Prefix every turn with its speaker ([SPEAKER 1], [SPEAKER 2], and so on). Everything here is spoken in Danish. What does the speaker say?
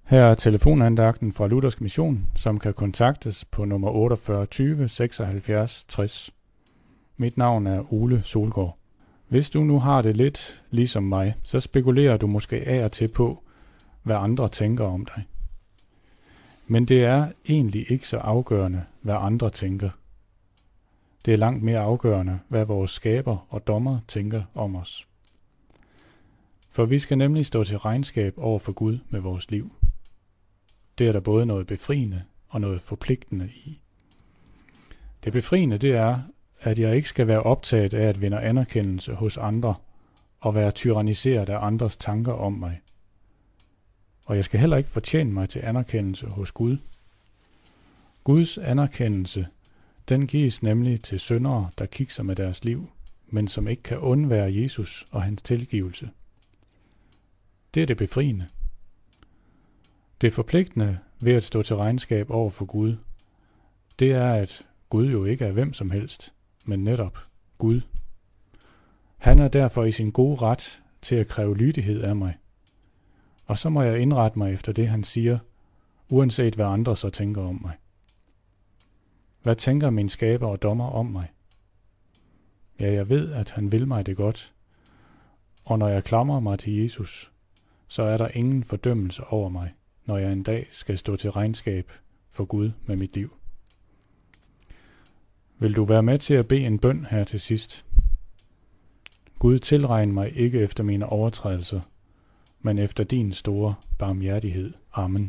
[SPEAKER 1] Her er telefonandagten fra Luthersk Mission, som kan kontaktes på nummer 48 20 76 60. Mit navn er Ole Solgaard. Hvis du nu har det lidt ligesom mig, så spekulerer du måske af og til på, hvad andre tænker om dig. Men det er egentlig ikke så afgørende, hvad andre tænker. Det er langt mere afgørende, hvad vores skaber og dommer tænker om os. For vi skal nemlig stå til regnskab over for Gud med vores liv. Det er der både noget befriende og noget forpligtende i. Det befriende, det er, at jeg ikke skal være optaget af at vinde anerkendelse hos andre og være tyranniseret af andres tanker om mig. Og jeg skal heller ikke fortjene mig til anerkendelse hos Gud. Guds anerkendelse, den gives nemlig til syndere, der kikser med deres liv, men som ikke kan undvære Jesus og hans tilgivelse. Det er det befriende. Det forpligtende ved at stå til regnskab over for Gud, det er, at Gud jo ikke er hvem som helst, men netop Gud. Han er derfor i sin gode ret til at kræve lydighed af mig. Og så må jeg indrette mig efter det, han siger, uanset hvad andre så tænker om mig. Hvad tænker min skaber og dommer om mig? Ja, jeg ved, at han vil mig det godt. Og når jeg klamrer mig til Jesus, så er der ingen fordømmelse over mig, når jeg en dag skal stå til regnskab for Gud med mit liv. Vil du være med til at bede en bøn her til sidst? Gud, tilregn mig ikke efter mine overtrædelser, men efter din store barmhjertighed. Amen.